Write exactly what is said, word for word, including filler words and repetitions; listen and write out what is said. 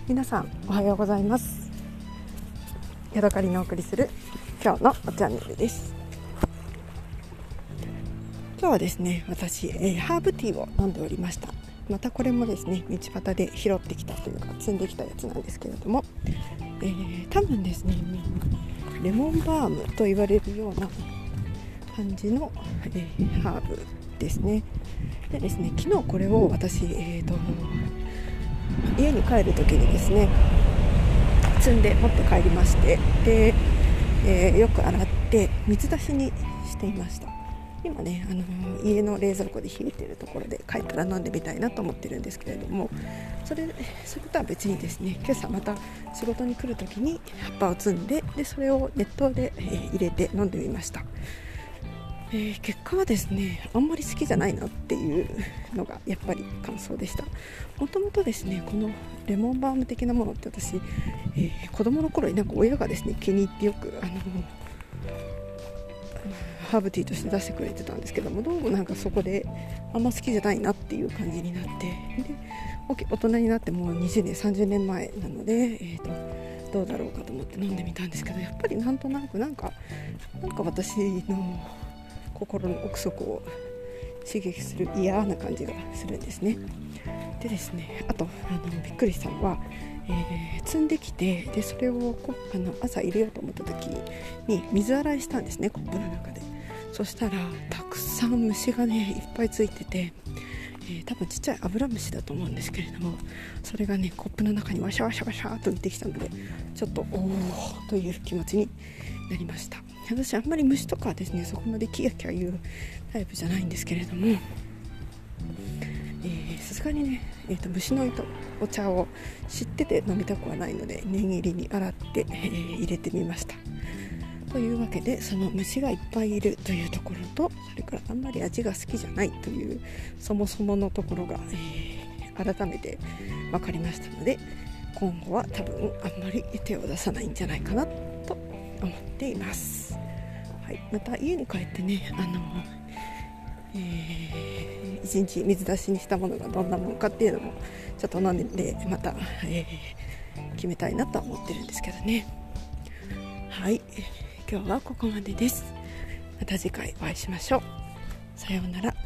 皆さんおはようございます。ヤドカリのお送りする今日のチャンネルです。今日はですね、私、えー、ハーブティーを飲んでおりました。またこれもですね、道端で拾ってきたというか積んできたやつなんですけれども、えー、多分ですねレモンバームと言われるような感じの、えー、ハーブですね。でですね、昨日これを私、えーと家に帰る時にですね積んで持って帰りまして、で、えー、よく洗って水出しにしていました。今ね、あのー、家の冷蔵庫で冷えているところで帰ったら飲んでみたいなと思ってるんですけれども、それそれとは別にですね、今朝また仕事に来る時に葉っぱを摘んで、でそれを熱湯で、えー、入れて飲んでみました。えー、結果はですね、あんまり好きじゃないなっていうのがやっぱり感想でした。もともとですね、このレモンバーム的なものって私、えー、子供の頃になんか親がですね気に入ってよくあのハーブティーとして出してくれてたんですけども、どうもなんかそこであんま好きじゃないなっていう感じになって、で大人になってもうにじゅうねんさんじゅうねんまえなので、えーと、どうだろうかと思って飲んでみたんですけど、やっぱりなんとなくなんかなんか私の心の奥底を刺激する嫌な感じがするんですね。でですね、あとあのびっくりしたのは、えー、積んできて、でそれをこあの朝入れようと思った時に水洗いしたんですね、コップの中で。そしたらたくさん虫がねいっぱいついてて、えー、多分ちっちゃいアブラムシだと思うんですけれども、それがねコップの中にワシャワシャワシャと浮いてきたので、ちょっとおーという気持ちになりました。私あんまり虫とかですねそこまでキヤキヤ言うタイプじゃないんですけれども、さすがにね、えー、と虫の糸お茶を知ってて飲みたくはないので念入りに洗って、えー、入れてみました。というわけで、その虫がいっぱいいるというところと、それからあんまり味が好きじゃないというそもそものところが、えー、改めて分かりましたので、今後は多分あんまり手を出さないんじゃないかなと思っています。はい、また家に帰ってね、あの、えー、一日水出しにしたものがどんなものかっていうのもちょっと飲んでまた、えー、決めたいなとは思ってるんですけどね。はい、今日はここまでです。また次回お会いしましょう。さようなら。